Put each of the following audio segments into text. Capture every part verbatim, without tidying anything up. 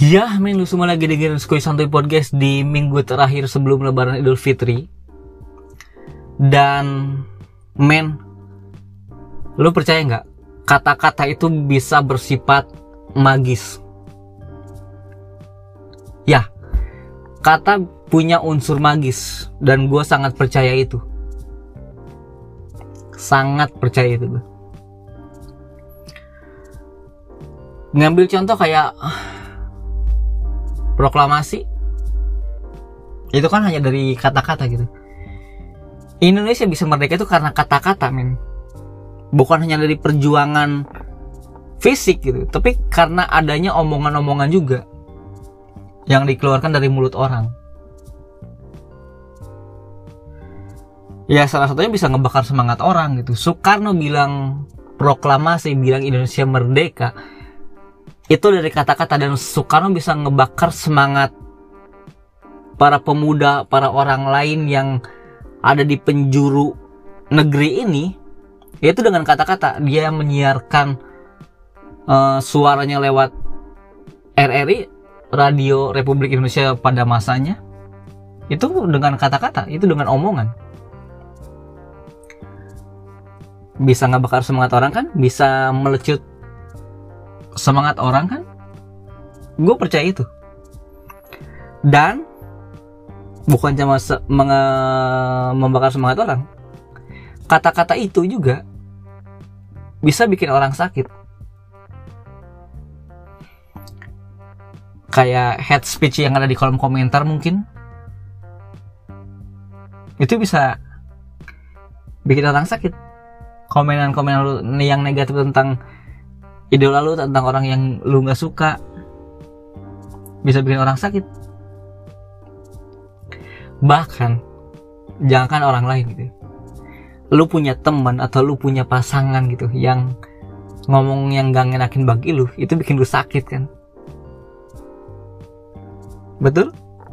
Ya men, lu semua lagi dengerin Skuy Santuy Podcast di minggu terakhir sebelum lebaran Idul Fitri. Dan men, lu percaya gak? Kata-kata itu bisa bersifat magis. Ya, kata punya unsur magis. Dan gue sangat percaya itu. Sangat percaya itu gue. Ngambil contoh kayak proklamasi, itu kan hanya dari kata-kata gitu. Indonesia bisa merdeka itu karena kata-kata men, bukan hanya dari perjuangan fisik gitu, tapi karena adanya omongan-omongan juga yang dikeluarkan dari mulut orang. Ya salah satunya bisa ngebakar semangat orang gitu. Soekarno bilang proklamasi, bilang Indonesia merdeka, itu dari kata-kata, dan Soekarno bisa ngebakar semangat para pemuda, para orang lain yang ada di penjuru negeri ini, yaitu dengan kata-kata. Dia menyiarkan uh, suaranya lewat R R I, Radio Republik Indonesia pada masanya, itu dengan kata-kata, itu dengan omongan. Bisa ngebakar semangat orang kan, bisa melecut semangat orang kan. Gue percaya itu. Dan bukan cuma se- menge- membakar semangat orang, kata-kata itu juga bisa bikin orang sakit. Kayak hate speech yang ada di kolom komentar mungkin, itu bisa bikin orang sakit. Komenan-komenan yang negatif tentang idola lu, tentang orang yang lu gak suka, bisa bikin orang sakit. Bahkan jangankan orang lain gitu, lu punya teman atau lu punya pasangan gitu yang ngomong yang gak ngenakin bagi lu, itu bikin lu sakit kan. Betul?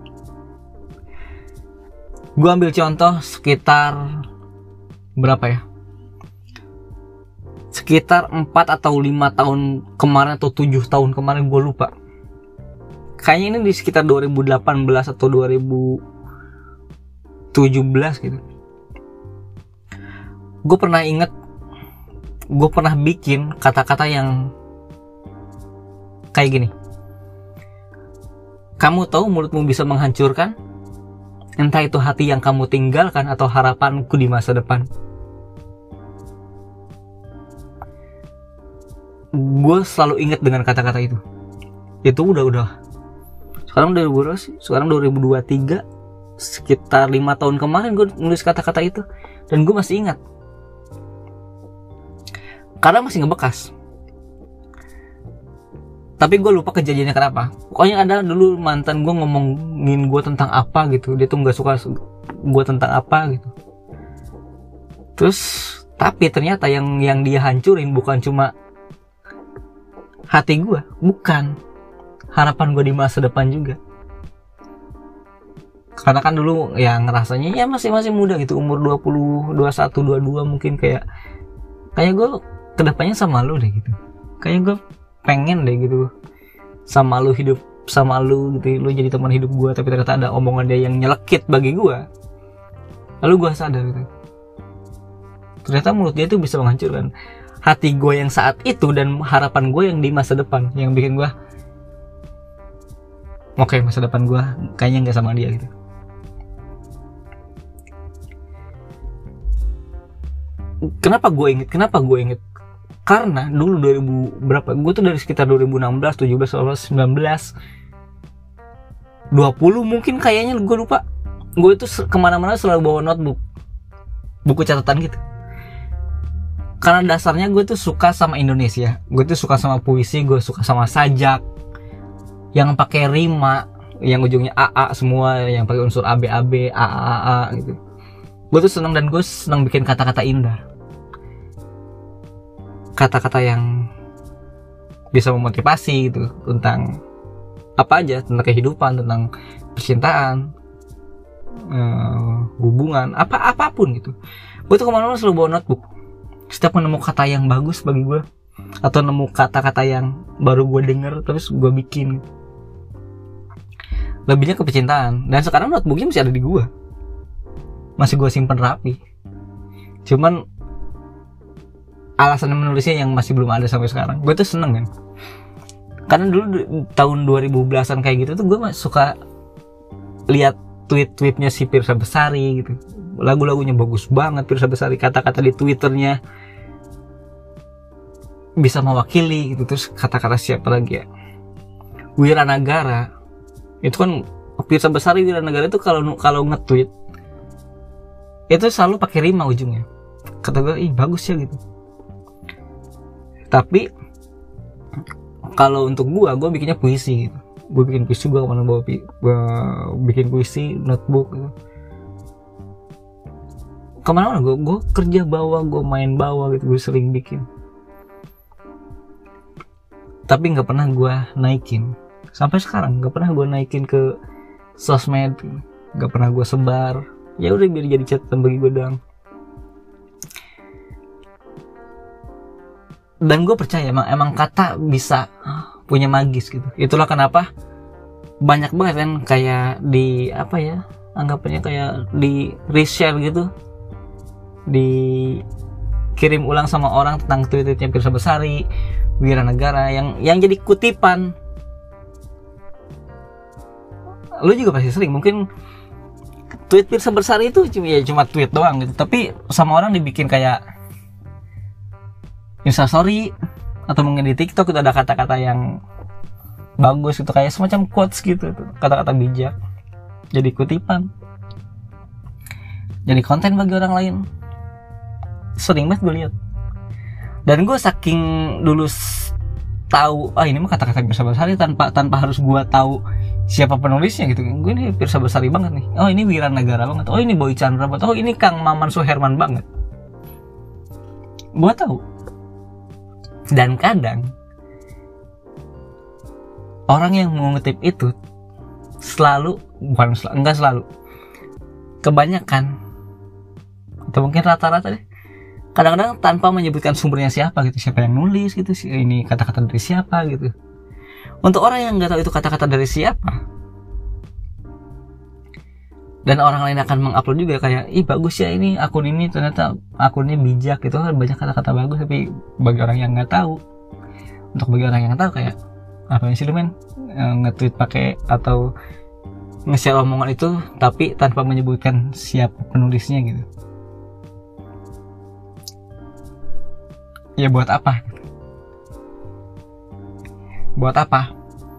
Gua ambil contoh sekitar berapa ya, sekitar empat atau lima tahun kemarin atau tujuh tahun kemarin, gue lupa. Kayaknya ini di sekitar dua ribu delapan belas atau dua ribu tujuh belas gitu. Gue pernah inget, gue pernah bikin kata-kata yang kayak gini. Kamu tahu mulutmu bisa menghancurkan, entah itu hati yang kamu tinggalkan atau harapanku di masa depan. Gue selalu inget dengan kata-kata itu. Itu udah-udah sekarang dua ribu berapa sih? Sekarang dua ribu dua puluh tiga, sekitar lima tahun kemarin gue nulis kata-kata itu, dan gue masih ingat karena masih ngebekas. Tapi gue lupa kejadiannya kenapa. Pokoknya ada dulu mantan gue ngomongin gue tentang apa gitu, dia tuh gak suka gue tentang apa gitu. Terus tapi ternyata yang yang dia hancurin bukan cuma hati gue, bukan harapan gue di masa depan juga. Karena kan dulu ya ngerasanya ya masih masih muda gitu, umur dua puluh, dua puluh satu, dua puluh dua mungkin, kayak kayak gue kedepannya sama lu deh gitu. Kayak gue pengen deh gitu sama lu, hidup sama lu gitu, lu jadi teman hidup gue. Tapi ternyata ada omongan dia yang nyelekit bagi gue. Lalu gue sadar gitu, ternyata mulut dia tuh bisa menghancurkan hati gue yang saat itu dan harapan gue yang di masa depan, yang bikin gue oke, okay, masa depan gue kayaknya nggak sama dia gitu. Kenapa gue inget? Kenapa gue inget? Karena dulu dua ribu berapa? Gue tuh dari sekitar dua ribu enam belas, tujuh belas, delapan belas, sembilan belas, dua puluh mungkin kayaknya, gue lupa. Gue itu kemana-mana selalu bawa notebook, buku catatan gitu. Karena dasarnya gue tuh suka sama Indonesia, gue tuh suka sama puisi, gue suka sama sajak yang pakai rima, yang ujungnya A A semua, yang pakai unsur A B A B, A A A A gitu. Gue tuh seneng, dan gue seneng bikin kata-kata indah, kata-kata yang bisa memotivasi gitu, tentang apa aja, tentang kehidupan, tentang percintaan, uh, hubungan, apa apapun gitu. Gue tuh kemana-mana selalu bawa notebook. Setiap nemu kata yang bagus bagi gue, atau nemu kata-kata yang baru gue denger, terus gue bikin. lebihnya ke percintaan. Dan sekarang notebooknya masih ada di gua, masih gua simpen rapi. Cuman alasan menulisnya yang masih belum ada sampai sekarang. Gue tuh seneng kan, karena dulu tahun dua ribu belasan kayak gitu tuh gue suka lihat tweet-tweetnya si Pirsa Besari gitu. Lagu-lagunya bagus banget Pirsa Besari, kata-kata di Twitternya bisa mewakili gitu. Terus kata-kata siapa lagi ya, Wiranagara. Itu kan Pirsa Besari, Wiranagara itu kalau kalau nge-tweet itu selalu pakai rima ujungnya. Kata gue, ih bagus ya gitu. Tapi kalau untuk gue, gue bikinnya puisi gitu. Gue bikin puisi, gue kemana bawa pi- bikin puisi, notebook gitu. Kemana-mana gue, gue kerja bawa, gue main bawa gitu, gue sering bikin. Tapi nggak pernah gue naikin. Sampai sekarang nggak pernah gue naikin ke sosmed, nggak pernah gue sebar. Ya udah biar jadi catatan bagi gue doang. Dan gue percaya emang emang kata bisa punya magis gitu. Itulah kenapa banyak banget kan kayak di apa ya, anggapannya kayak di reshare gitu, dikirim ulang sama orang tentang tweet-tweetnya Pirsa Besari, Wiranagara yang yang jadi kutipan. Lu juga pasti sering mungkin tweet Pirsa Besari itu cuma ya cuma tweet doang gitu, tapi sama orang dibikin kayak Instastory atau mungkin di TikTok itu ada kata-kata yang bagus gitu, kayak semacam quotes gitu, kata-kata bijak jadi kutipan, jadi konten bagi orang lain. Sering banget gue lihat. Dan gue saking dulu tahu, ah ini mah kata-kata Pirsa Besari tanpa tanpa harus gue tahu siapa penulisnya gitu. Gue ini Pirsa Besari banget nih. Oh ini Wiranagara banget. Oh ini Boy Chandra banget. Oh ini Kang Maman Suherman banget. Gue tahu. Dan kadang orang yang mengutip itu selalu, bukan selalu, enggak selalu, kebanyakan atau mungkin rata-rata deh, kadang-kadang tanpa menyebutkan sumbernya siapa gitu, siapa yang nulis gitu, ini kata-kata dari siapa gitu. Untuk orang yang nggak tahu itu kata-kata dari siapa, dan orang lain akan mengupload juga kayak, ih bagus ya ini akun ini, ternyata akunnya bijak gitu kan, banyak kata-kata bagus. Tapi bagi orang yang nggak tahu, untuk bagi orang yang tahu kayak apa sih lu men, nge-tweet pakai atau nge-share omongan itu tapi tanpa menyebutkan siapa penulisnya gitu. Ya buat apa? Buat apa?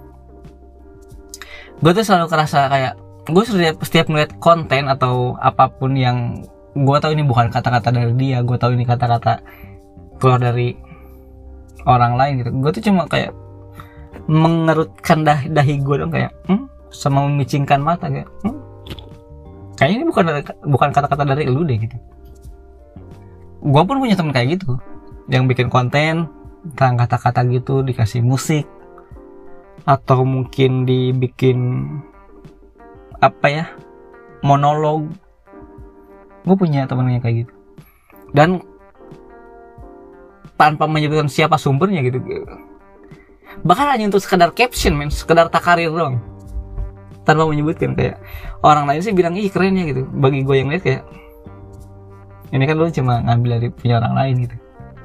Gue tuh selalu kerasa kayak gue setiap setiap melihat konten atau apapun yang gue tahu ini bukan kata-kata dari dia, gue tahu ini kata-kata keluar dari orang lain gitu, gue tuh cuma kayak mengerutkan dah, dahi gue dong kayak hmm? sama memicingkan mata kayak hmm? kayaknya ini bukan dari, bukan kata-kata dari lu deh gitu. Gue pun punya temen kayak gitu yang bikin konten tentang kata-kata gitu, dikasih musik atau mungkin dibikin apa ya, monolog. Gue punya temen yang kayak gitu, dan tanpa menyebutkan siapa sumbernya gitu, bahkan hanya untuk sekedar caption men, sekedar takarir doang, tanpa menyebutkan. Kayak orang lain sih bilang ih keren ya gitu, bagi gue yang lihat kayak ini kan lu cuma ngambil dari punya orang lain gitu.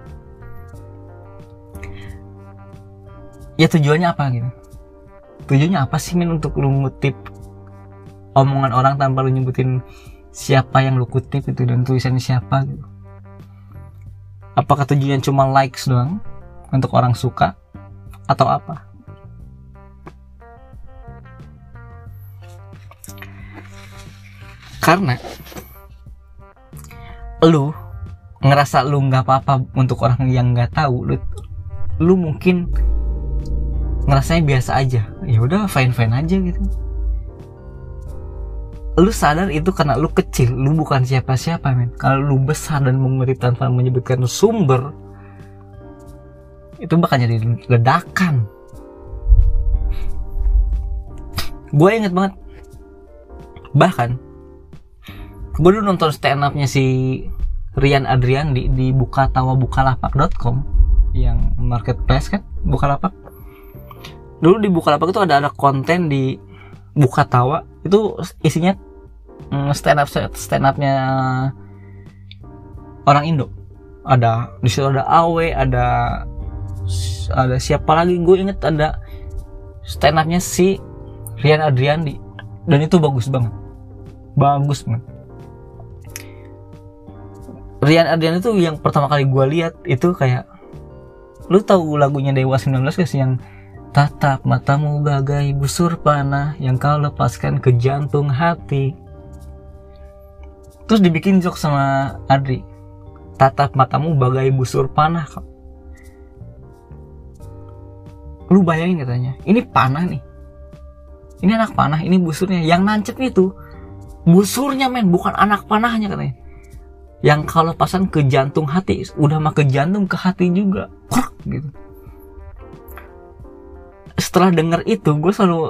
Ya tujuannya apa gitu, tujuannya apa sih men untuk lu ngutip omongan orang tanpa lu nyebutin siapa yang lu kutip itu dan tulisannya siapa gitu. Apakah tujuannya cuma likes doang untuk orang suka atau apa? Karena lu ngerasa lu nggak apa-apa untuk orang yang nggak tahu, lu, lu mungkin ngerasanya biasa aja, ya udah fine fine aja gitu. Lu sadar itu karena lu kecil, lu bukan siapa-siapa men. Kalau lu besar dan mengutip tanpa menyebutkan sumber, itu bakal jadi ledakan. Gue inget banget, bahkan gue dulu nonton stand up-nya si Rian Adrian di, di bukatawa bukalapak dot com yang marketplace kan, Bukalapak. Dulu di Bukalapak itu ada ada konten di buka tawa itu isinya stand up stand upnya orang Indo. Ada di situ ada Awe, ada ada siapa lagi, gue inget ada stand upnya si Rian Adriandi, dan itu bagus banget, bagus banget. Rian Adriandi itu yang pertama kali gue lihat itu kayak, lu tahu lagunya Dewa sembilan belas guys, yang tatap matamu bagai busur panah yang kau lepaskan ke jantung hati. Terus dibikin joke sama Adri, tatap matamu bagai busur panah. Lu bayangin katanya, ini panah nih, ini anak panah, ini busurnya. Yang nancep itu busurnya men, bukan anak panahnya katanya. Yang kalau pasan ke jantung hati, udah mah ke jantung ke hati juga, gitu. Setelah denger itu, gue selalu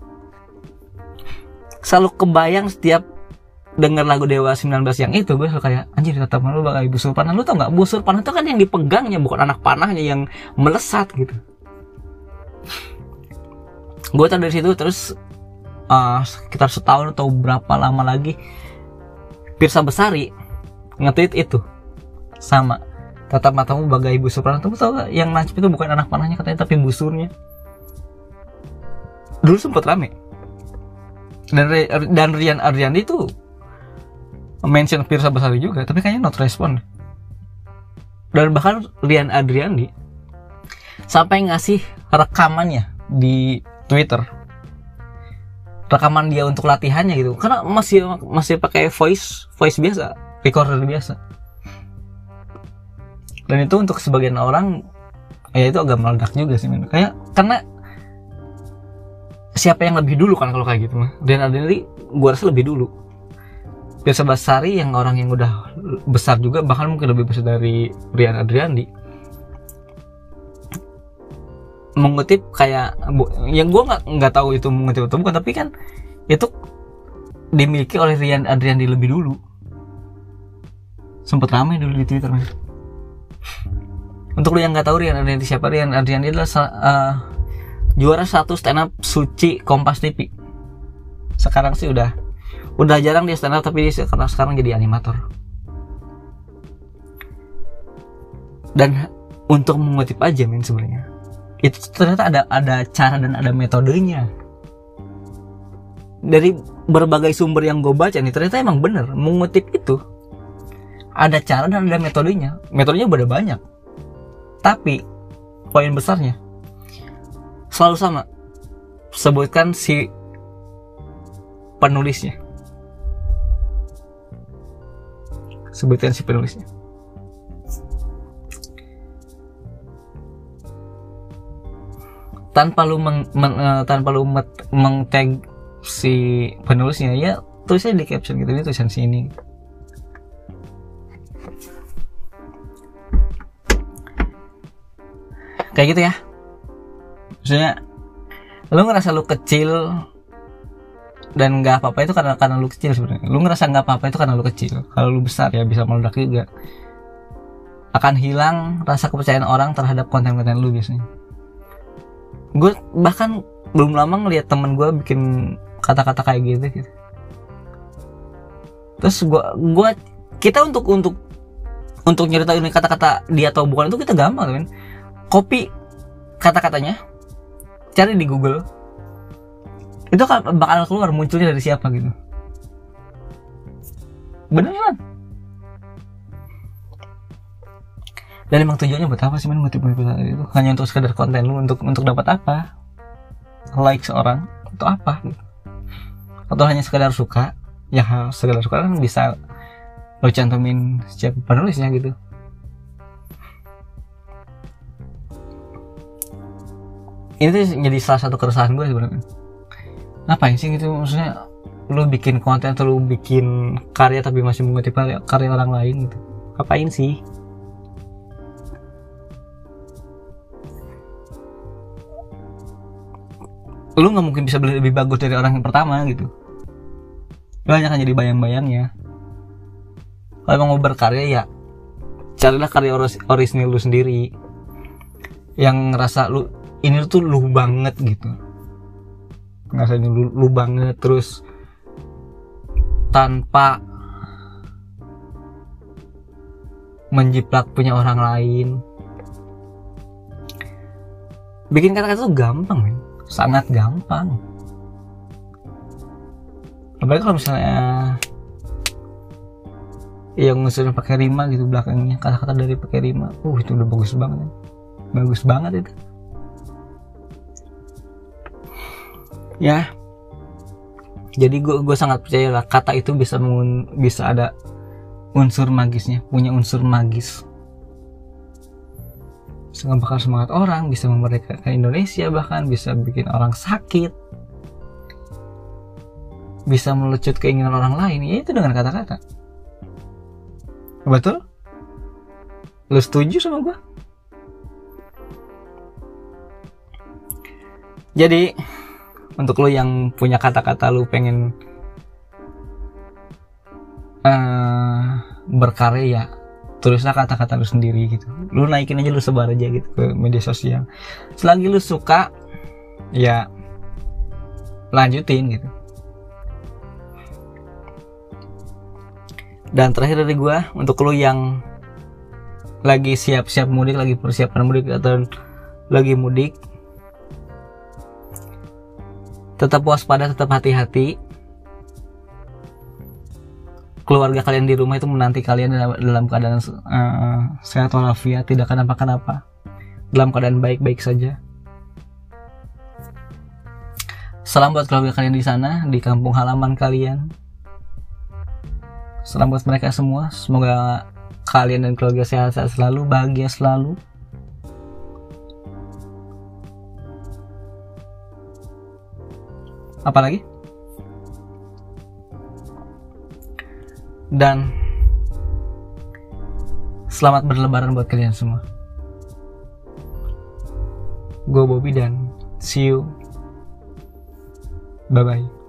selalu kebayang setiap denger lagu Dewa sembilan belas yang itu, gue selalu kayak, anjir tetap lu bagai busur panah. Lu tau gak, busur panah itu kan yang dipegangnya, bukan anak panahnya yang melesat gitu. Gue tahu dari situ. Terus uh, sekitar setahun atau berapa lama lagi, Pirsa Besari nge-tweet itu sama, tatap matamu bagai busur panah. Lu tau gak, yang nancep itu bukan anak panahnya katanya, tapi busurnya. Dulu sempet rame. Dan, dan Rian Adriandi itu mention Pirsa Besari juga, tapi kayaknya not respond. Dan bahkan Rian Adriandi sampai ngasih rekamannya di Twitter, rekaman dia untuk latihannya gitu, karena masih masih pakai voice voice biasa, recorder biasa. Dan itu untuk sebagian orang ya itu agak meledak juga sih, men. Kayak karena siapa yang lebih dulu kan kalau kayak gitu mah. Dan Adriandi gua rasa lebih dulu. Pirsa Besari yang orang yang udah besar juga, bahkan mungkin lebih besar dari Rian Adriandi, mengutip kayak, yang gue nggak nggak tahu itu mengutip atau bukan, tapi kan itu dimiliki oleh Rian Adriandi lebih dulu. Sempet ramai dulu di Twitter. Man. Untuk lu yang nggak tahu Rian Adriandi siapa, Rian Adriandi adalah uh, juara satu stand up Suci Kompas T V. Sekarang sih udah udah jarang dia stand up, tapi dia sekarang sekarang jadi animator. Dan untuk mengutip aja men, sebenarnya itu ternyata ada ada cara dan ada metodenya. Dari berbagai sumber yang gue baca nih, ternyata emang bener mengutip itu ada cara dan ada metodenya. Metodenya udah banyak, tapi poin besarnya selalu sama, sebutkan si penulisnya, sebutkan si penulisnya. Tanpa lu meng, men, uh, tanpa lu meng-tag si penulisnya, ya tulisnya di caption gitu, ini tulisan si ini. Kayak gitu ya. Maksudnya lu ngerasa lu kecil dan nggak apa-apa itu karena karena lu kecil sebenarnya. Lu ngerasa nggak apa-apa itu karena lu kecil. Kalau lu besar ya bisa meledak juga. Akan hilang rasa kepercayaan orang terhadap konten-konten lu biasanya. Gue bahkan belum lama ngeliat temen gue bikin kata-kata kayak gitu, gitu. Terus gue gue kita untuk untuk untuk nyeritain kata-kata dia atau bukan itu kita gampang kan. Copy kata-katanya, cari di Google, itu kan bakal keluar munculnya dari siapa gitu. Beneran. Dan emang tujuannya buat apa sih men, ngutip-ngutip itu? Hanya untuk sekedar konten lu, untuk untuk dapat apa? Like seorang atau apa? Atau hanya sekedar suka? Ya sekedar suka kan bisa lo cantumin siapa penulisnya gitu. Ini tuh jadi salah satu keresahan gue sebenarnya. Ngapain sih gitu, maksudnya lu bikin konten atau lu bikin karya tapi masih mengutip karya, karya orang lain gitu. Ngapain sih? Lu gak mungkin bisa lebih bagus dari orang yang pertama gitu. Lu hanya akan jadi bayang-bayangnya. Kalau emang mau berkarya ya carilah karya orisinil lu sendiri, yang ngerasa lu ini tuh lu banget gitu. ngerasain lu, lu banget, terus tanpa menjiplak punya orang lain. Bikin kata-kata tuh gampang, men. Sangat gampang. Apalagi kalau misalnya yang ngusulin pakai rima gitu belakangnya, kata-kata dari pakai rima, uh itu udah bagus banget, men. Bagus banget itu. Ya, jadi gue gue sangat percaya lah kata itu bisa mengun, bisa ada unsur magisnya, punya unsur magis. Bisa ngebakar semangat orang, bisa memerdekakan Indonesia, bahkan bisa bikin orang sakit, bisa melecut keinginan orang lain. Ya itu dengan kata-kata. Betul? Lu setuju sama gue? Jadi untuk lo yang punya kata-kata lu pengen uh, berkarya, tulislah kata-kata lu sendiri gitu. Lu naikin aja, lu sebar aja gitu ke media sosial. Selagi lu suka, ya lanjutin gitu. Dan terakhir dari gue, untuk lu yang lagi siap-siap mudik, lagi persiapan mudik atau lagi mudik, tetap waspada, tetap hati-hati. Keluarga kalian di rumah itu menanti kalian dalam keadaan uh, sehat walafiat, tidak kenapa-kenapa, dalam keadaan baik-baik saja. Salam buat keluarga kalian di sana, di kampung halaman kalian. Salam buat mereka semua. Semoga kalian dan keluarga sehat-sehat selalu, bahagia selalu. Apalagi? Dan selamat berlebaran buat kalian semua. Gue Bobby dan see you. Bye bye.